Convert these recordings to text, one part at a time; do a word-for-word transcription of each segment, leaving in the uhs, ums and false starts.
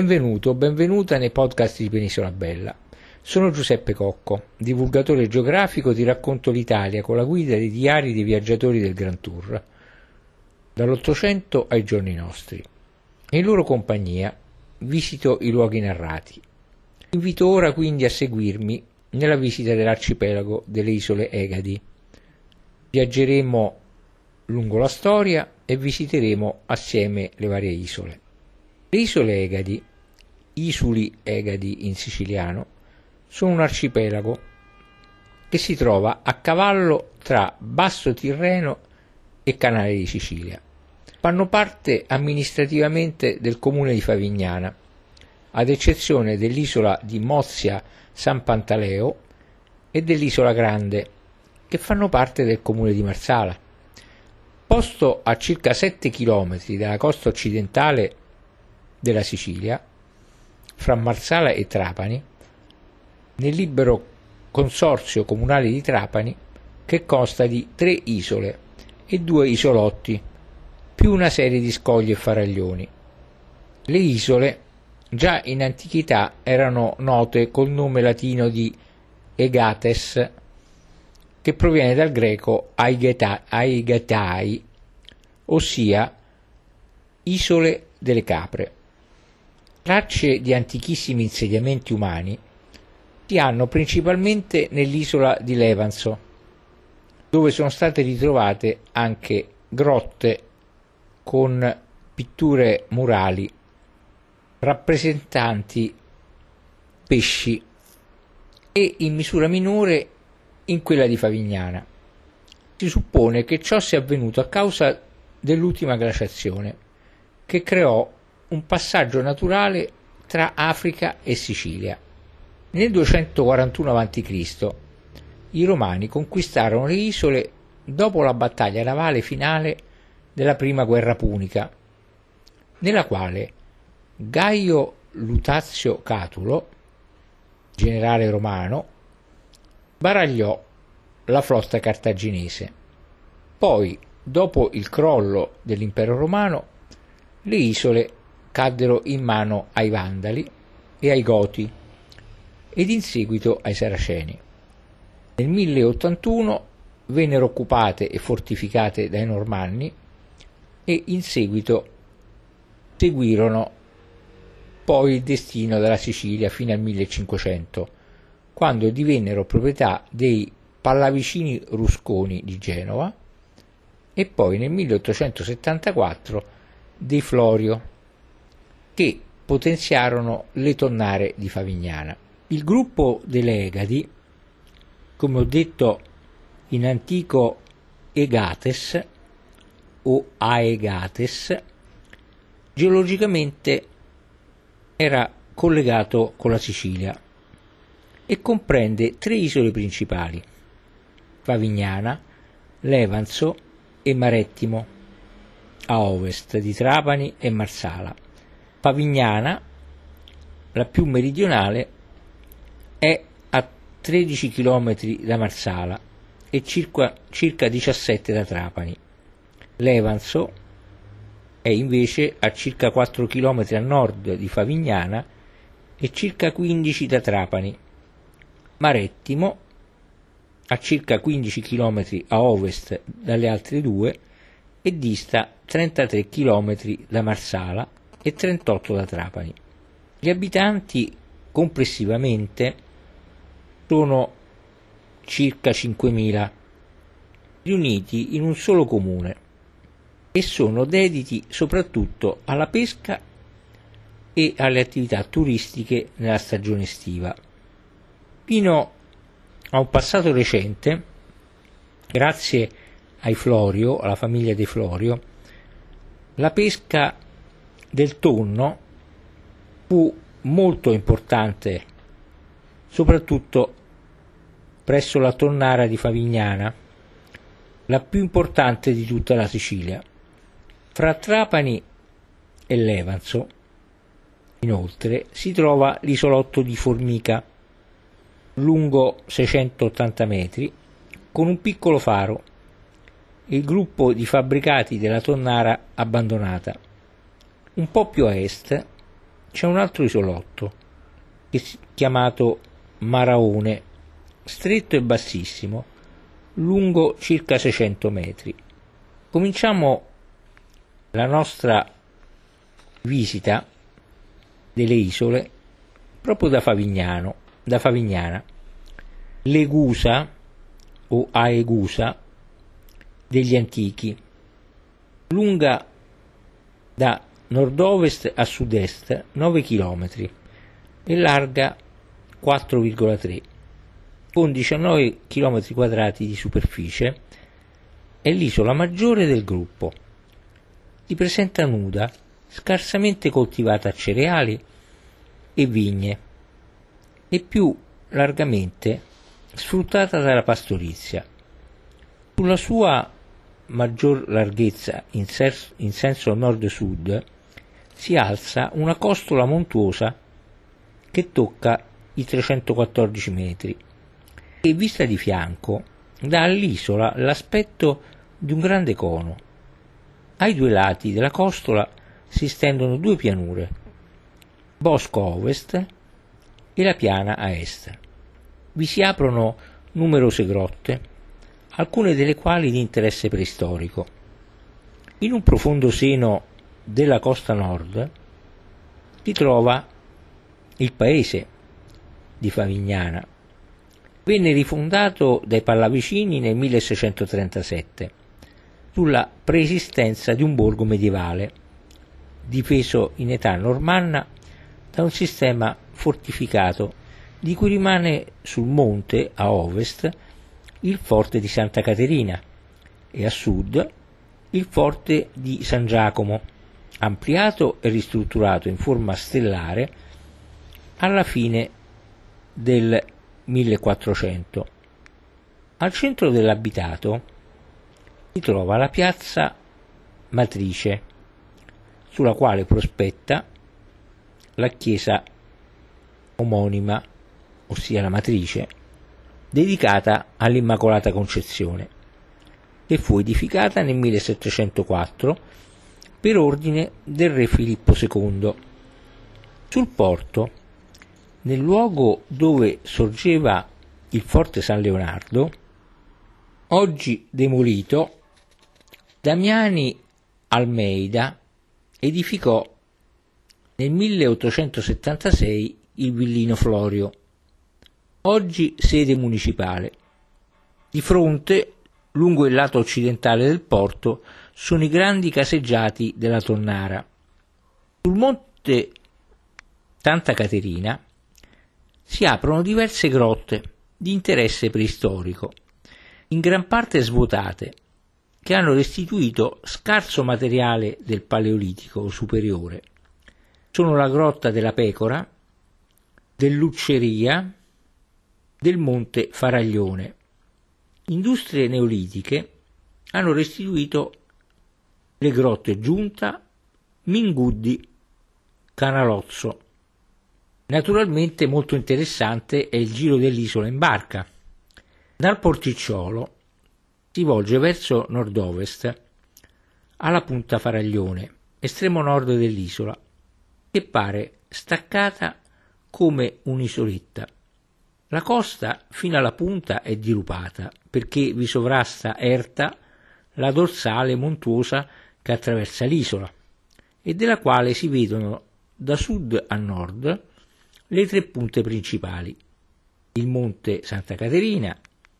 Benvenuto o benvenuta nei podcast di Penisola Bella. Sono Giuseppe Cocco, divulgatore geografico, ti racconto l'Italia con la guida dei diari dei viaggiatori del Grand Tour, dall'Ottocento ai giorni nostri. In loro compagnia visito i luoghi narrati. Invito ora quindi a seguirmi nella visita dell'arcipelago delle isole Egadi. Viaggeremo lungo la storia e visiteremo assieme le varie isole. Le isole Egadi, Isuli Egadi in siciliano, sono un arcipelago che si trova a cavallo tra Basso Tirreno e Canale di Sicilia. Fanno parte amministrativamente del comune di Favignana, ad eccezione dell'isola di Mozia San Pantaleo e dell'isola Grande, che fanno parte del comune di Marsala. Posto a circa sette chilometri dalla costa occidentale della Sicilia, fra Marsala e Trapani, nel libero consorzio comunale di Trapani, che consta di tre isole e due isolotti, più una serie di scogli e faraglioni. Le isole già in antichità erano note col nome latino di Egates, che proviene dal greco Aigetai, ossia isole delle capre. Tracce di antichissimi insediamenti umani si hanno principalmente nell'isola di Levanzo, dove sono state ritrovate anche grotte con pitture murali rappresentanti pesci, e in misura minore in quella di Favignana. Si suppone che ciò sia avvenuto a causa dell'ultima glaciazione, che creò un passaggio naturale tra Africa e Sicilia. Nel duecentoquarantuno avanti Cristo i Romani conquistarono le isole dopo la battaglia navale finale della prima guerra punica, nella quale Gaio Lutazio Catulo, generale romano, baragliò la flotta cartaginese. Poi, dopo il crollo dell'impero romano, le isole caddero in mano ai Vandali e ai Goti ed in seguito ai Saraceni. Nel mille ottantuno vennero occupate e fortificate dai Normanni e in seguito seguirono poi il destino della Sicilia fino al millecinquecento, quando divennero proprietà dei Pallavicini Rusconi di Genova e poi nel milleottocentosettantaquattro dei Florio, che potenziarono le tonnare di Favignana. Il gruppo delle Egadi, come ho detto in antico Egates o Aegates, geologicamente era collegato con la Sicilia e comprende tre isole principali: Favignana, Levanzo e Marettimo, a ovest di Trapani e Marsala. Favignana, la più meridionale, è a tredici chilometri da Marsala e circa, circa diciassette da Trapani. Levanzo è invece a circa quattro chilometri a nord di Favignana e circa quindici da Trapani. Marettimo a circa quindici chilometri a ovest dalle altre due e dista trentatré chilometri da Marsala e trentotto da Trapani. Gli abitanti complessivamente sono circa cinquemila, riuniti in un solo comune, e sono dediti soprattutto alla pesca e alle attività turistiche nella stagione estiva. Fino a un passato recente, grazie ai Florio, alla famiglia dei Florio, la pesca del tonno fu molto importante, soprattutto presso la tonnara di Favignana, la più importante di tutta la Sicilia. Fra Trapani e Levanzo, inoltre, si trova l'isolotto di Formica, lungo seicentottanta metri, con un piccolo faro, e il gruppo di fabbricati della tonnara abbandonata. Un po' più a est c'è un altro isolotto chiamato Maraone, stretto e bassissimo, lungo circa seicento metri. Cominciamo la nostra visita delle isole proprio da Favignano, da Favignana, l'Egusa o Aegusa degli antichi, lunga da nord-ovest a sud-est nove chilometri e larga quattro virgola tre, con diciannove chilometri quadrati di superficie. È l'isola maggiore del gruppo. Si presenta nuda, scarsamente coltivata a cereali e vigne, e più largamente sfruttata dalla pastorizia. Sulla sua maggior larghezza in, ses- in senso nord-sud si alza una costola montuosa che tocca i trecentoquattordici metri e, vista di fianco, dà all'isola l'aspetto di un grande cono. Ai due lati della costola si stendono due pianure, Bosco a ovest e la Piana a est. Vi si aprono numerose grotte, alcune delle quali di interesse preistorico. In un profondo seno della costa nord si trova il paese di Favignana. Venne rifondato dai Pallavicini nel milleseicentotrentasette, sulla preesistenza di un borgo medievale, difeso in età normanna da un sistema fortificato di cui rimane sul monte a ovest il forte di Santa Caterina e a sud il forte di San Giacomo, ampliato e ristrutturato in forma stellare alla fine del millequattrocento. Al centro dell'abitato si trova la piazza Matrice, sulla quale prospetta la chiesa omonima, ossia la Matrice, dedicata all'Immacolata Concezione, che fu edificata nel millesettecentoquattro per ordine del re Filippo secondo. Sul porto, nel luogo dove sorgeva il forte San Leonardo, oggi demolito, Damiani Almeida edificò nel milleottocentosettantasei il Villino Florio, oggi sede municipale. Di fronte, lungo il lato occidentale del porto, sono i grandi caseggiati della Tonnara. Sul monte Santa Caterina si aprono diverse grotte di interesse preistorico, in gran parte svuotate, che hanno restituito scarso materiale del Paleolitico superiore. Sono la grotta della Pecora, dell'Ucceria, del Monte Faraglione. Industrie neolitiche hanno restituito le grotte Giunta, Minguddi, Canalozzo. Naturalmente molto interessante è il giro dell'isola in barca. Dal porticciolo si volge verso nord-ovest alla punta Faraglione, estremo nord dell'isola, che pare staccata come un'isoletta. La costa fino alla punta è dirupata perché vi sovrasta erta la dorsale montuosa che attraversa l'isola e della quale si vedono da sud a nord le tre punte principali: il monte Santa Caterina,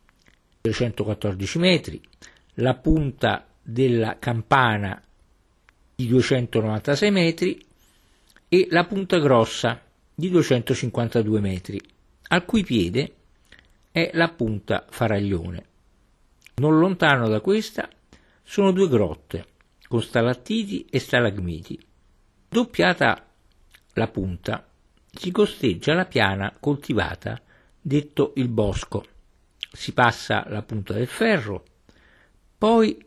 trecentoquattordici metri, la punta della Campana di duecentonovantasei metri e la punta Grossa di duecentocinquantadue metri, al cui piede è la punta Faraglione. Non lontano da questa sono due grotte con stalattiti e stalagmiti. Doppiata la punta si costeggia la piana coltivata, detto il Bosco. Si passa la punta del Ferro, poi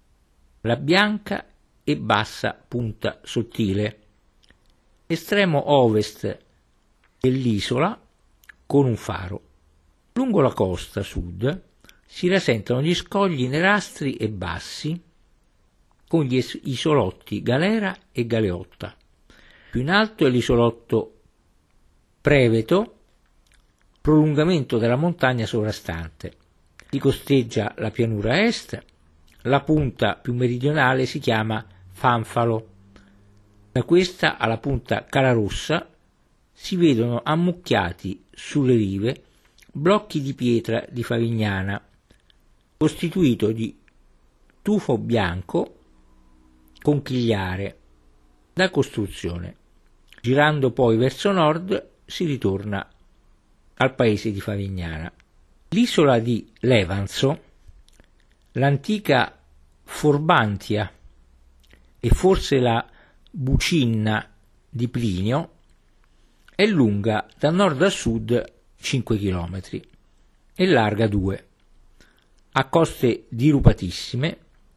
la bianca e bassa punta Sottile, estremo ovest dell'isola con un faro. Lungo la costa sud si rasentano gli scogli nerastri e bassi con gli isolotti Galera e Galeotta. Più in alto è l'isolotto Preveto, prolungamento della montagna sovrastante. Si costeggia la pianura est, la punta più meridionale si chiama Fanfalo. Da questa alla punta Calarossa si vedono ammucchiati sulle rive blocchi di pietra di Favignana, costituito di tufo bianco conchigliare da costruzione. Girando poi verso nord si ritorna al paese di Favignana. L'isola di Levanzo, l'antica Forbantia e forse la Bucinna di Plinio, è lunga da nord a sud cinque chilometri e larga due, ha coste dirupatissime,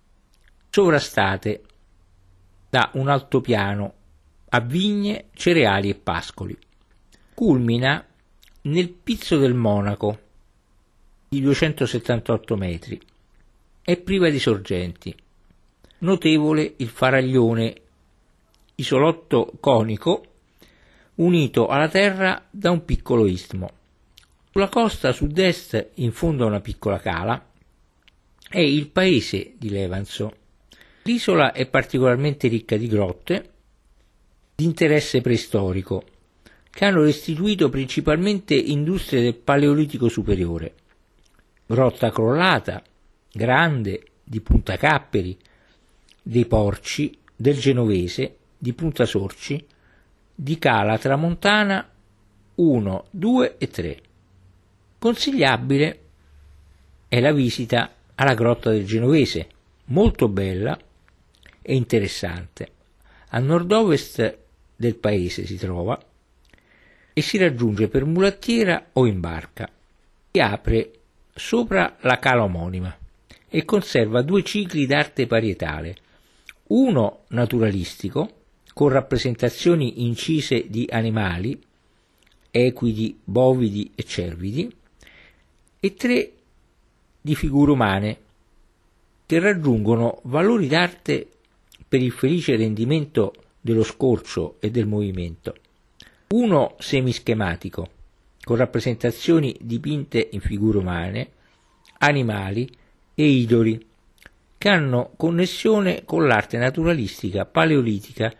sovrastate da un altopiano a vigne, cereali e pascoli. Culmina nel Pizzo del Monaco di duecentosettantotto metri. È priva di sorgenti. Notevole il faraglione, isolotto conico unito alla terra da un piccolo istmo. Sulla costa sud-est, in fondo a una piccola cala, è il paese di Levanzo. L'isola è particolarmente ricca di grotte di interesse preistorico, che hanno restituito principalmente industrie del Paleolitico superiore. Grotta Crollata, Grande, di Punta Capperi, dei Porci, del Genovese, di Punta Sorci, di Cala Tramontana uno, due e tre. Consigliabile è la visita alla Grotta del Genovese, molto bella e interessante. A nord-ovest del paese si trova e si raggiunge per mulattiera o in barca. Si apre sopra la cala omonima e conserva due cicli d'arte parietale, uno naturalistico con rappresentazioni incise di animali, equidi, bovidi e cervidi, e tre di figure umane che raggiungono valori d'arte per il felice rendimento dello scorcio e del movimento. Uno semischematico, con rappresentazioni dipinte in figure umane, animali e idoli, che hanno connessione con l'arte naturalistica paleolitica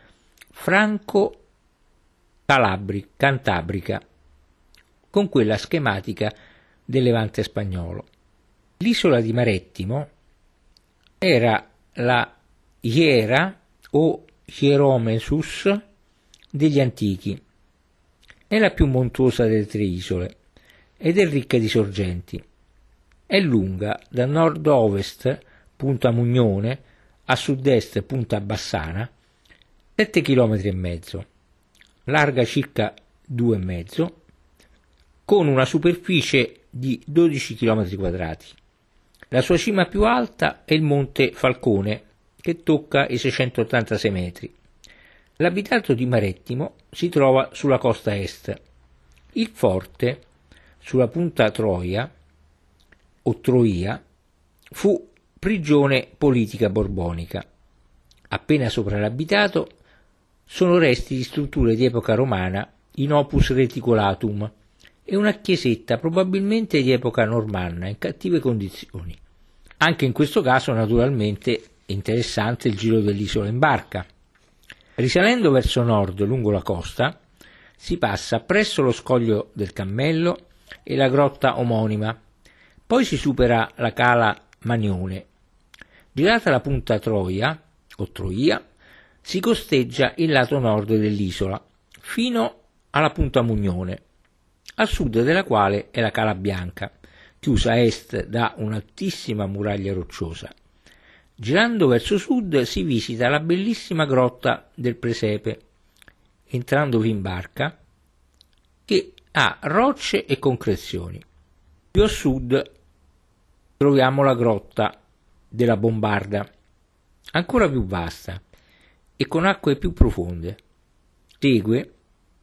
franco-cantabrica, con quella schematica del Levante spagnolo. L'isola di Marettimo era la Hiera o Hieromesus degli antichi. È la più montuosa delle tre isole ed è ricca di sorgenti. È lunga da nord-ovest, Punta Mugnone, a sud-est Punta Bassana, sette chilometri e mezzo, larga circa due e mezzo, con una superficie di dodici chilometri quadrati. La sua cima più alta è il Monte Falcone, che tocca i seicentottantasei metri. L'abitato di Marettimo si trova sulla costa est. Il forte, sulla punta Troia, o Troia, fu prigione politica borbonica. Appena sopra l'abitato sono resti di strutture di epoca romana in opus reticolatum e una chiesetta probabilmente di epoca normanna in cattive condizioni. Anche in questo caso naturalmente è interessante il giro dell'isola in barca. Risalendo verso nord lungo la costa si passa presso lo scoglio del Cammello e la grotta omonima, poi si supera la cala Manione. Girata la punta Troia o Troia si costeggia il lato nord dell'isola fino alla punta Mugnone, a sud della quale è la Cala Bianca, chiusa a est da un'altissima muraglia rocciosa. Girando verso sud si visita la bellissima grotta del Presepe, entrandovi in barca, che ha rocce e concrezioni. Più a sud troviamo la grotta della Bombarda, ancora più vasta e con acque più profonde. Segue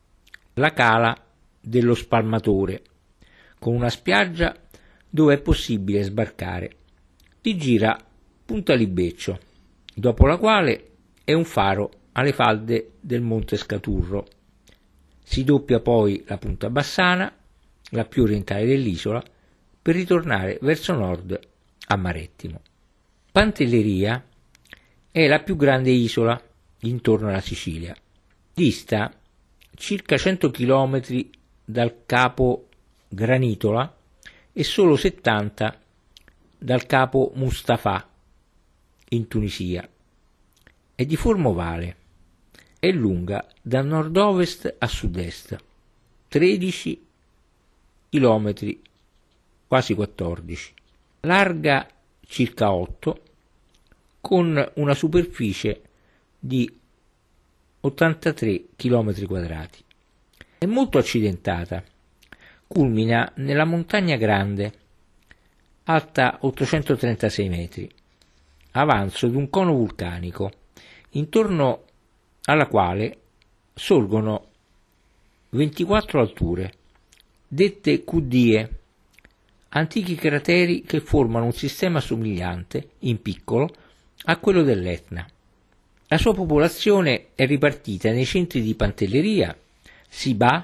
la cala dello Spalmatore, con una spiaggia dove è possibile sbarcare. Si gira Punta Libeccio, dopo la quale è un faro alle falde del Monte Scaturro. Si doppia poi la punta Bassana, la più orientale dell'isola, per ritornare verso nord a Marettimo. Pantelleria è la più grande isola intorno alla Sicilia. Dista circa cento chilometri dal capo Granitola e solo settanta dal capo Mustafa in Tunisia. È di forma ovale. È lunga da nord-ovest a sud-est, tredici chilometri, quasi quattordici, larga circa otto, con una superficie di ottantatré chilometri quadrati. È molto accidentata, culmina nella Montagna Grande, alta ottocentotrentasei metri, avanzo di un cono vulcanico, intorno alla quale sorgono ventiquattro alture, dette cudie, antichi crateri che formano un sistema somigliante, in piccolo, a quello dell'Etna. La sua popolazione è ripartita nei centri di Pantelleria, Sibà,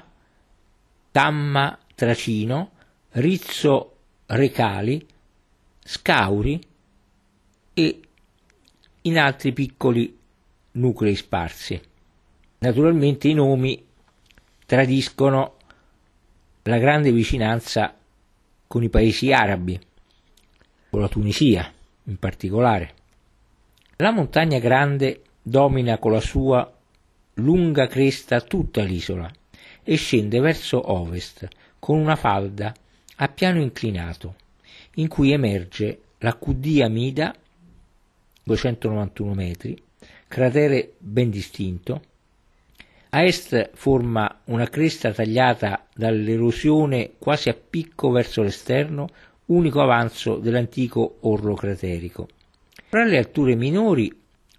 Camma Tracino, Rizzo Recali, Scauri e in altri piccoli nuclei sparsi. Naturalmente i nomi tradiscono la grande vicinanza con i paesi arabi, con la Tunisia in particolare. La Montagna Grande domina con la sua lunga cresta tutta l'isola e scende verso ovest con una falda a piano inclinato in cui emerge la Cudia Mida, duecentonovantuno metri, cratere ben distinto. A est forma una cresta tagliata dall'erosione quasi a picco verso l'esterno, unico avanzo dell'antico orlo craterico. Fra le alture minori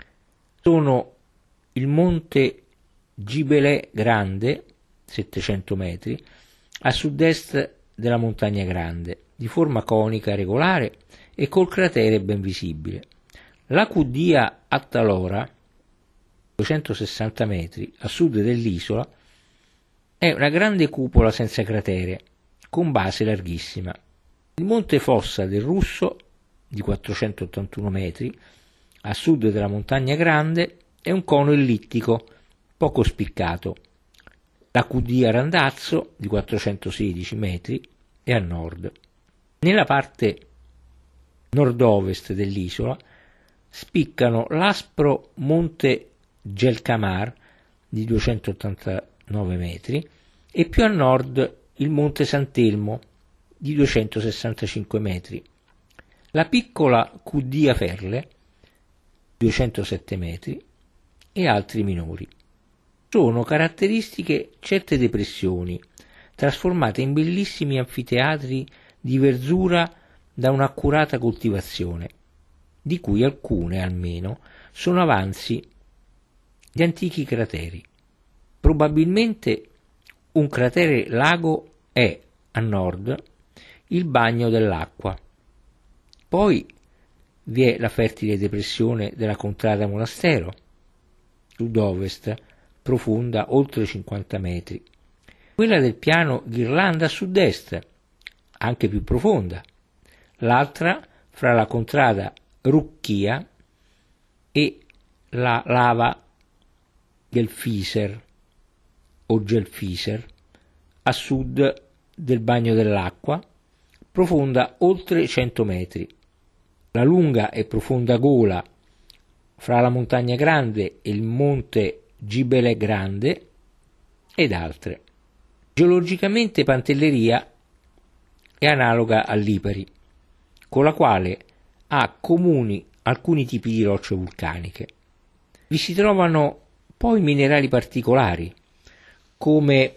sono il monte Gibelè Grande, settecento metri, a sud-est della Montagna Grande, di forma conica regolare e col cratere ben visibile. La Cudia Attalora, duecentosessanta metri, a sud dell'isola, è una grande cupola senza cratere, con base larghissima. Il monte Fossa del Russo, di quattrocentottantuno metri, a sud della Montagna Grande, è un cono ellittico, poco spiccato. La Cudia Randazzo, di quattrocentosedici metri, è a nord. Nella parte nord-ovest dell'isola spiccano l'aspro monte Gelcamar, di duecentottantanove metri, e più a nord il monte Sant'Elmo, di duecentosessantacinque metri. La piccola Cudia Ferle, duecentosette metri, e altri minori. Sono caratteristiche certe depressioni, trasformate in bellissimi anfiteatri di verzura da un'accurata coltivazione, di cui alcune almeno sono avanzi di antichi crateri. Probabilmente un cratere lago è, a nord, il bagno dell'acqua. Poi vi è la fertile depressione della Contrada Monastero, sud-ovest, profonda oltre cinquanta metri. Quella del piano Ghirlanda a sud-est, anche più profonda. L'altra fra la Contrada Rucchia e la lava Gelfiser o Gelfiser a sud del bagno dell'acqua, profonda oltre cento metri. La lunga e profonda gola fra la Montagna Grande e il monte Gibelè Grande ed altre. Geologicamente Pantelleria è analoga a Lipari, con la quale ha comuni alcuni tipi di rocce vulcaniche. Vi si trovano poi minerali particolari, come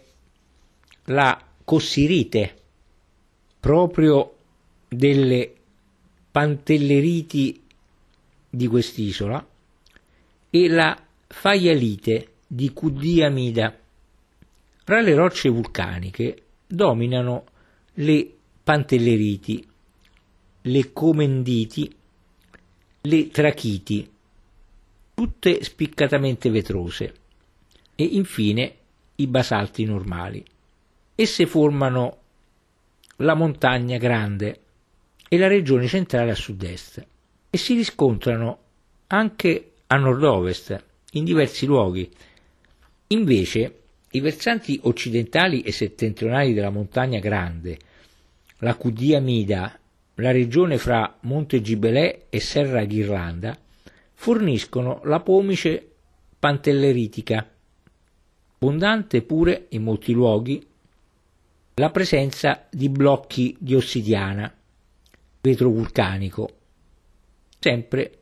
la cossirite, proprio delle pantelleriti di quest'isola, e la faialite di Cudia Mida. Fra le rocce vulcaniche dominano le pantelleriti, le comenditi, le trachiti. tutte spiccatamente vetrose, e infine i basalti normali. Esse formano la montagna grande e la regione centrale a sud-est e si riscontrano anche a nord-ovest in diversi luoghi. Invece i versanti occidentali e settentrionali della montagna grande, la Cuddia Mida, la regione fra Monte Gibelè e Serra Ghirlanda, forniscono la pomice pantelleritica, abbondante pure in molti luoghi la presenza di blocchi di ossidiana, vetro vulcanico, sempre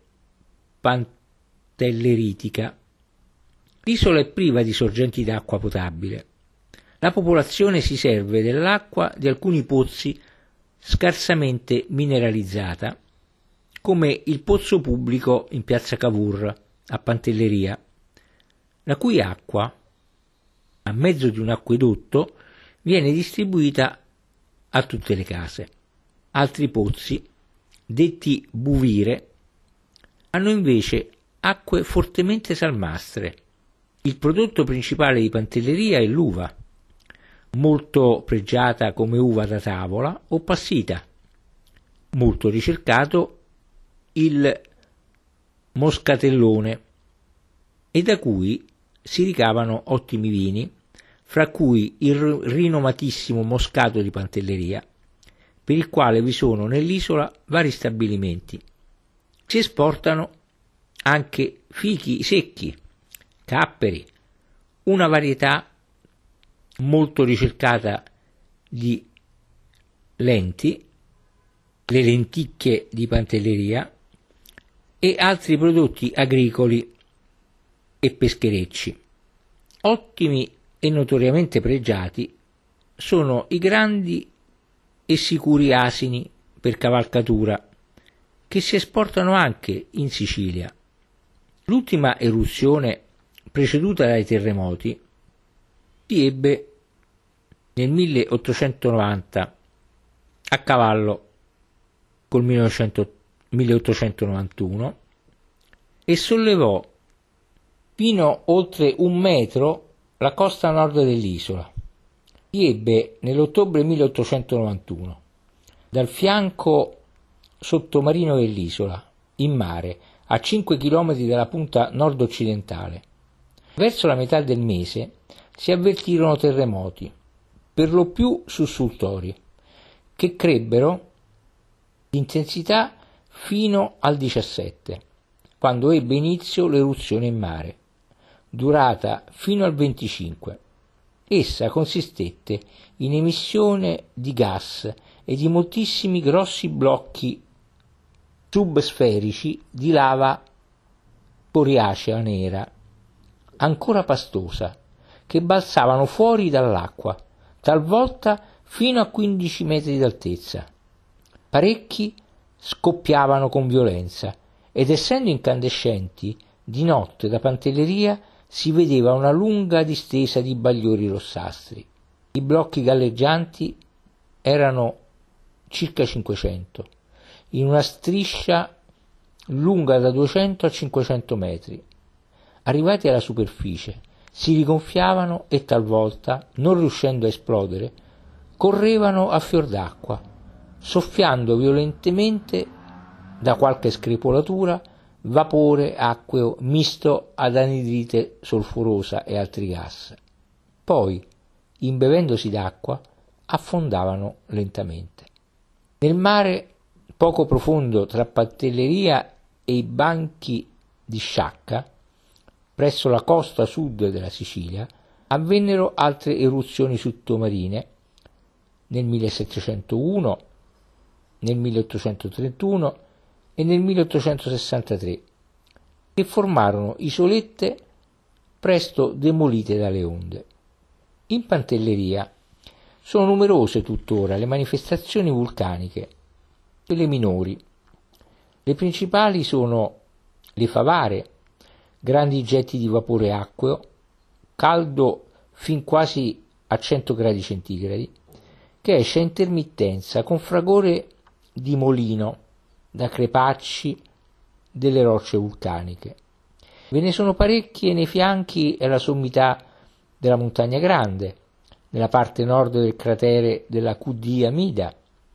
pantelleritica. L'isola è priva di sorgenti d'acqua potabile. La popolazione si serve dell'acqua di alcuni pozzi scarsamente mineralizzata, come il pozzo pubblico in piazza Cavour a Pantelleria, la cui acqua, a mezzo di un acquedotto, viene distribuita a tutte le case. Altri pozzi, detti buvire, hanno invece acque fortemente salmastre. Il prodotto principale di Pantelleria è l'uva, molto pregiata come uva da tavola o passita, molto ricercato il moscatellone, e da cui si ricavano ottimi vini, fra cui il rinomatissimo Moscato di Pantelleria, per il quale vi sono nell'isola vari stabilimenti. Si esportano anche fichi secchi, capperi, una varietà molto ricercata di lenti, le lenticchie di Pantelleria, e altri prodotti agricoli e pescherecci. Ottimi e notoriamente pregiati sono i grandi e sicuri asini per cavalcatura, che si esportano anche in Sicilia. L'ultima eruzione preceduta dai terremoti si ebbe nel milleottocentonovanta a cavallo col milleottocentonovantuno e sollevò fino oltre un metro la costa nord dell'isola. Si ebbe nell'ottobre milleottocentonovantuno dal fianco sottomarino dell'isola, in mare, a cinque chilometri dalla punta nord-occidentale. Verso la metà del mese si avvertirono terremoti, per lo più sussultori, che crebbero d'intensità fino al diciassette, quando ebbe inizio l'eruzione in mare, durata fino al venticinque. Essa consistette in emissione di gas e di moltissimi grossi blocchi subsferici di lava coriacea nera, ancora pastosa, che balzavano fuori dall'acqua, talvolta fino a quindici metri d'altezza. Parecchi scoppiavano con violenza ed, essendo incandescenti, di notte da Pantelleria si vedeva una lunga distesa di bagliori rossastri. I blocchi galleggianti erano circa cinquecento, in una striscia lunga da duecento a cinquecento metri. Arrivati alla superficie, si rigonfiavano e talvolta, non riuscendo a esplodere, correvano a fior d'acqua, soffiando violentemente da qualche screpolatura vapore acqueo misto ad anidride solforosa e altri gas. Poi, imbevendosi d'acqua, affondavano lentamente. Nel mare poco profondo tra Pantelleria e i banchi di Sciacca, presso la costa sud della Sicilia, avvennero altre eruzioni sottomarine nel millesettecentouno, nel milleottocentotrentuno e nel milleottocentosessantatré, che formarono isolette presto demolite dalle onde. In Pantelleria sono numerose tuttora le manifestazioni vulcaniche, quelle minori. Le principali sono le favare, grandi getti di vapore acqueo, caldo fin quasi a cento gradi centigradi, che esce a intermittenza con fragore di molino da crepacci delle rocce vulcaniche. Ve ne sono parecchie nei fianchi e alla sommità della Montagna Grande, nella parte nord del cratere della Q D Amida,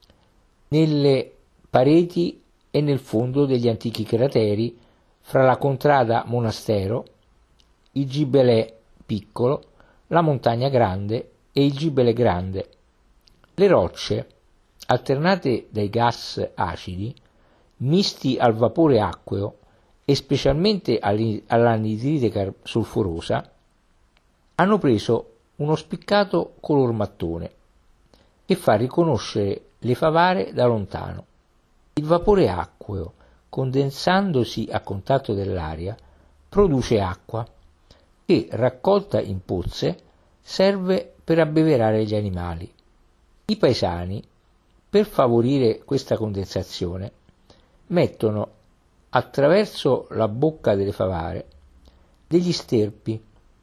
nelle pareti e nel fondo degli antichi crateri fra la contrada Monastero, il Gibelè Piccolo, la Montagna Grande e il Gibelè Grande. Le rocce, alternate dai gas acidi, misti al vapore acqueo e specialmente all'anidride solforosa, hanno preso uno spiccato color mattone che fa riconoscere le favare da lontano. Il vapore acqueo, condensandosi a contatto dell'aria, produce acqua che, raccolta in pozze, serve per abbeverare gli animali. I paesani, per favorire questa condensazione, mettono attraverso la bocca delle favare degli sterpi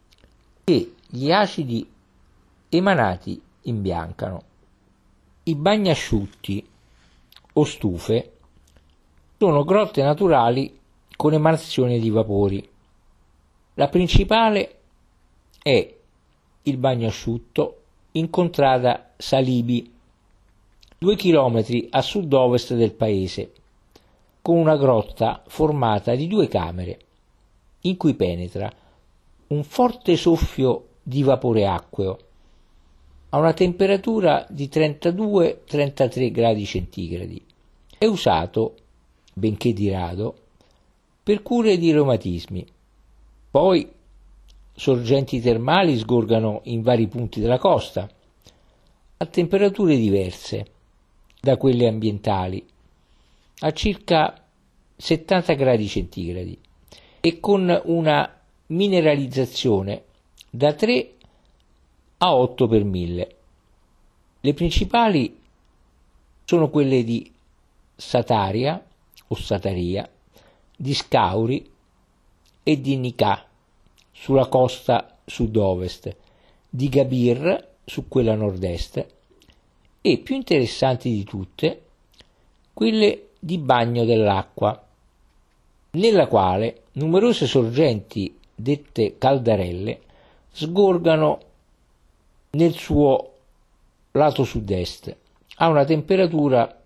che gli acidi emanati imbiancano. I bagnasciutti o stufe sono grotte naturali con emanazione di vapori. La principale è il bagnasciutto in contrada Salibi, due chilometri a sud-ovest del paese, con una grotta formata di due camere, in cui penetra un forte soffio di vapore acqueo a una temperatura di trentadue trentatré gradi centigradi. È usato, benché di rado, per cure di reumatismi. Poi sorgenti termali sgorgano in vari punti della costa, a temperature diverse da quelle ambientali, a circa settanta gradi centigradi, e con una mineralizzazione da tre a otto per mille. Le principali sono quelle di Sataria o Sataria, di Scauri e di Nicà sulla costa sud-ovest, di Gabir su quella nord-est, e più interessanti di tutte quelle di Bagno dell'Acqua, nella quale numerose sorgenti dette caldarelle sgorgano nel suo lato sud-est a una temperatura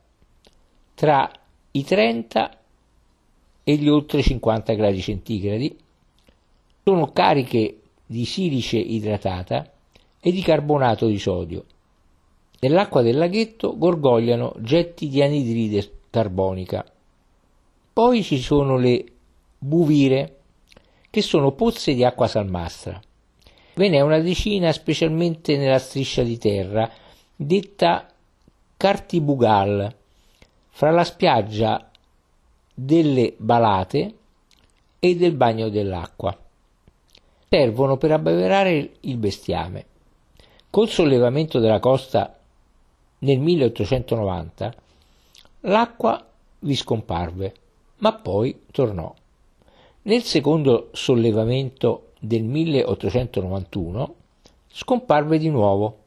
tra i trenta e gli oltre cinquanta gradi centigradi. Sono cariche di silice idratata e di carbonato di sodio. Nell'acqua del laghetto gorgogliano getti di anidride carbonica. Poi ci sono le buvire, che sono pozze di acqua salmastra. Ve n'è una decina specialmente nella striscia di terra detta Cartibugal, fra la spiaggia delle Balate e del Bagno dell'Acqua. Servono per abbeverare il bestiame. Col sollevamento della costa nel milleottocentonovanta l'acqua vi scomparve, ma poi tornò. Nel secondo sollevamento del milleottocentonovantuno scomparve di nuovo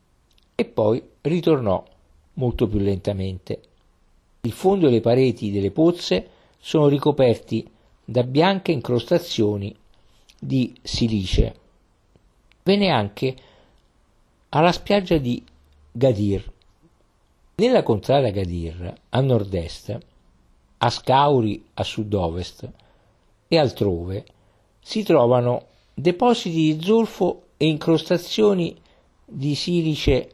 e poi ritornò molto più lentamente. Il fondo e le pareti delle pozze sono ricoperti da bianche incrostazioni di silice. Ve n'è anche alla spiaggia di Gadir. Nella contrada Gadir, a nord-est, a Scauri a sud-ovest e altrove, si trovano depositi di zolfo e incrostazioni di silice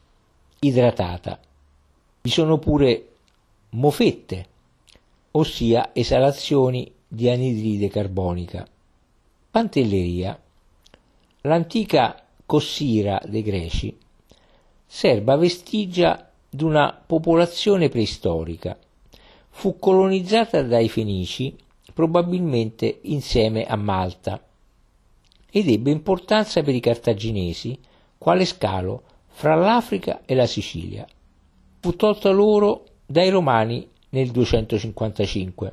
idratata. Vi sono pure mofette, ossia esalazioni di anidride carbonica. Pantelleria, l'antica Cossira dei Greci, serba vestigia di una popolazione preistorica. Fu colonizzata dai Fenici, probabilmente insieme a Malta, ed ebbe importanza per i cartaginesi quale scalo fra l'Africa e la Sicilia. Fu tolta loro dai Romani nel duecentocinquantacinque,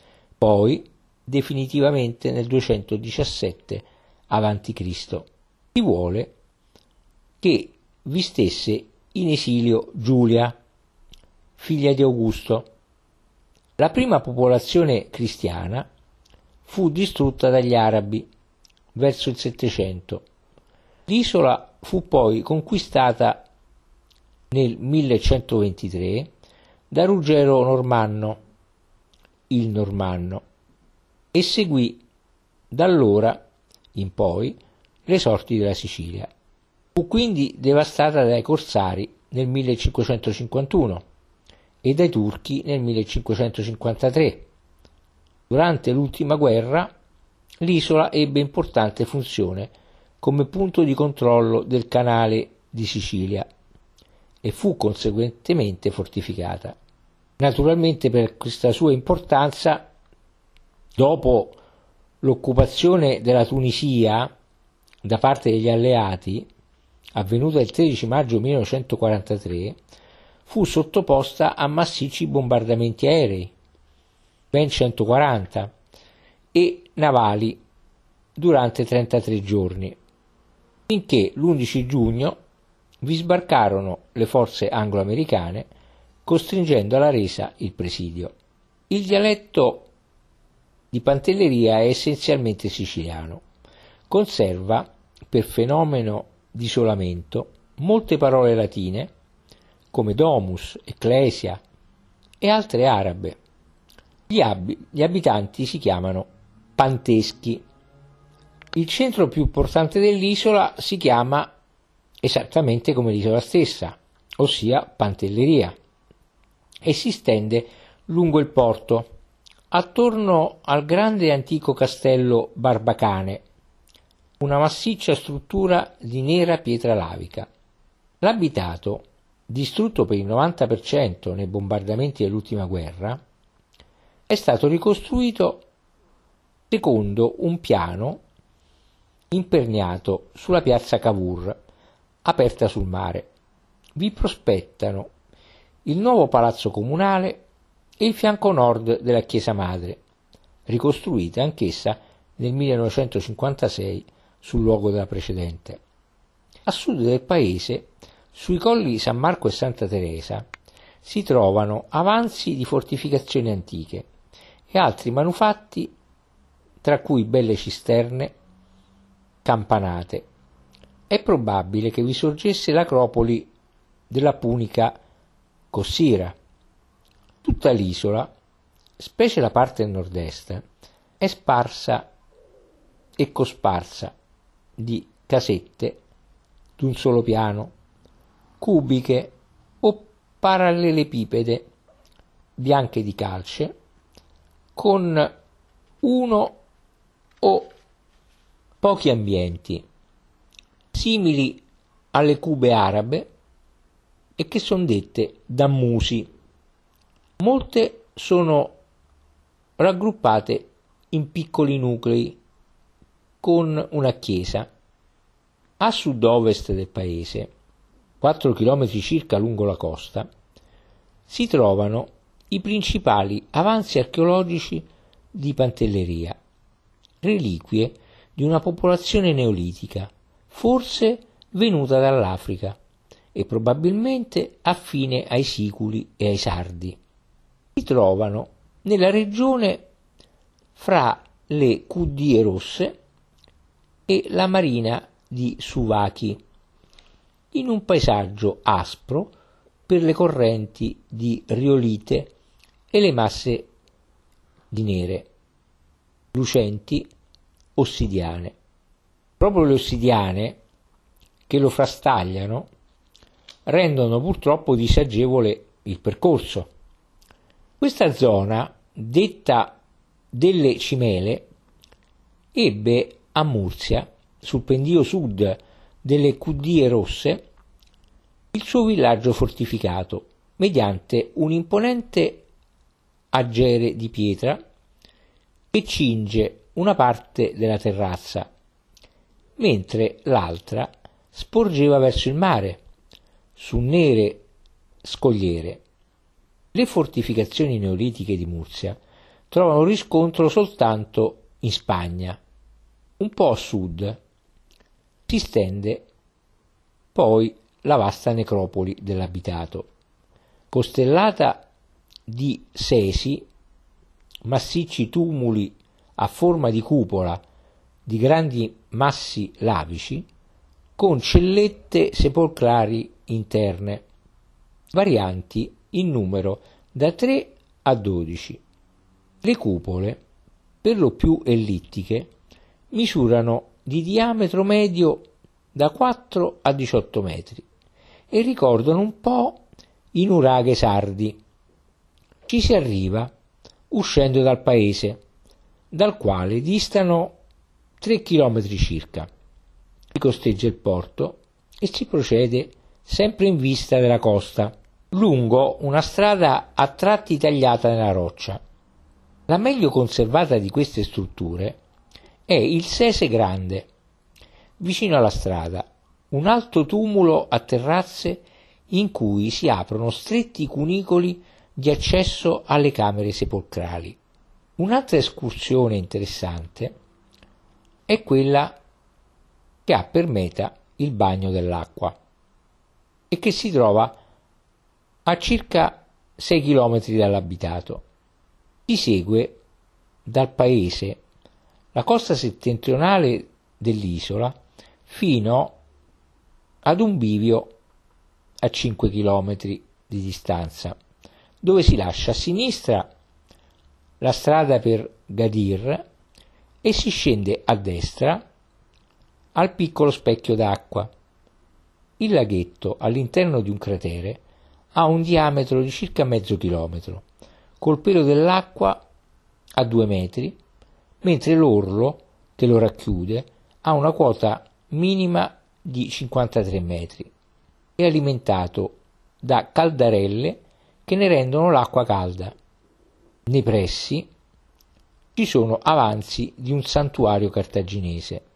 poi definitivamente nel duecentodiciassette avanti Cristo Si vuole che vi stesse in esilio Giulia, figlia di Augusto. La prima popolazione cristiana fu distrutta dagli arabi verso il Settecento. L'isola fu poi conquistata nel millecentoventitré da Ruggero Normanno, il Normanno, e seguì da allora in poi le sorti della Sicilia. Fu quindi devastata dai corsari nel millecinquecentocinquantuno e dai turchi nel millecinquecentocinquantatré. Durante l'ultima guerra l'isola ebbe importante funzione come punto di controllo del canale di Sicilia e fu conseguentemente fortificata. Naturalmente, per questa sua importanza, dopo l'occupazione della Tunisia da parte degli alleati, avvenuta il tredici maggio millenovecentoquarantatré, fu sottoposta a massicci bombardamenti aerei, ben centoquaranta, e navali durante trentatré giorni, finché l'undici giugno vi sbarcarono le forze anglo-americane, costringendo alla resa il presidio. Il dialetto di Pantelleria è essenzialmente siciliano. Conserva, per fenomeno di isolamento, molte parole latine, come domus, ecclesia, e altre arabe. Gli, ab- gli abitanti si chiamano panteschi. Il centro più importante dell'isola si chiama esattamente come l'isola stessa, ossia Pantelleria, e si stende lungo il porto, attorno al grande e antico castello Barbacane, una massiccia struttura di nera pietra lavica. L'abitato, distrutto per il novanta per cento nei bombardamenti dell'ultima guerra, è stato ricostruito secondo un piano imperniato sulla piazza Cavour, aperta sul mare. Vi prospettano il nuovo palazzo comunale e il fianco nord della chiesa madre, ricostruita anch'essa nel millenovecentocinquantasei sul luogo della precedente. A sud del paese, sui colli San Marco e Santa Teresa, si trovano avanzi di fortificazioni antiche e altri manufatti, tra cui belle cisterne, campanate. È probabile che vi sorgesse l'acropoli della punica Cossira. Tutta l'isola, specie la parte nord-est, è sparsa e cosparsa di casette d'un solo piano, cubiche o parallelepipede, bianche di calce, con uno o pochi ambienti, simili alle cube arabe e che sono dette dammusi. Molte sono raggruppate in piccoli nuclei con una chiesa. A sud-ovest del paese, quattro chilometri circa lungo la costa, si trovano i principali avanzi archeologici di Pantelleria, reliquie di una popolazione neolitica, forse venuta dall'Africa e probabilmente affine ai Siculi e ai Sardi. Si trovano nella regione fra le Cudie Rosse e la Marina di Suvaki, in un paesaggio aspro per le correnti di riolite e le masse di nere, lucenti ossidiane. Proprio le ossidiane che lo frastagliano rendono purtroppo disagevole il percorso. Questa zona, detta delle Cimele, ebbe a Mursia, sul pendio sud delle Cudie Rosse, il suo villaggio fortificato mediante un imponente agere di pietra che cinge una parte della terrazza, mentre l'altra sporgeva verso il mare, su nere scogliere. Le fortificazioni neolitiche di Mursia trovano riscontro soltanto in Spagna. Un po' a sud si stende poi la vasta necropoli dell'abitato, costellata di sesi, massicci tumuli a forma di cupola di grandi massi lavici con cellette sepolcrali interne, varianti in numero da tre a dodici. Le cupole, per lo più ellittiche, misurano di diametro medio da quattro a diciotto metri e ricordano un po' i nuraghe sardi. Ci si arriva uscendo dal paese, dal quale distano tre chilometri circa. Si costeggia il porto e si procede sempre in vista della costa, lungo una strada a tratti tagliata nella roccia. La meglio conservata di queste strutture è il Sese Grande, vicino alla strada, un alto tumulo a terrazze in cui si aprono stretti cunicoli di accesso alle camere sepolcrali. Un'altra escursione interessante è quella che ha per meta il bagno dell'acqua e che si trova a circa sei chilometri dall'abitato. Si segue dal paese la costa settentrionale dell'isola fino ad un bivio a cinque chilometri di distanza, dove si lascia a sinistra la strada per Gadir e si scende a destra al piccolo specchio d'acqua. Il laghetto, all'interno di un cratere, ha un diametro di circa mezzo chilometro, col pelo dell'acqua a due metri, mentre l'orlo che lo racchiude ha una quota minima di cinquantatré metri. È alimentato da caldarelle che ne rendono l'acqua calda. Nei pressi ci sono avanzi di un santuario cartaginese.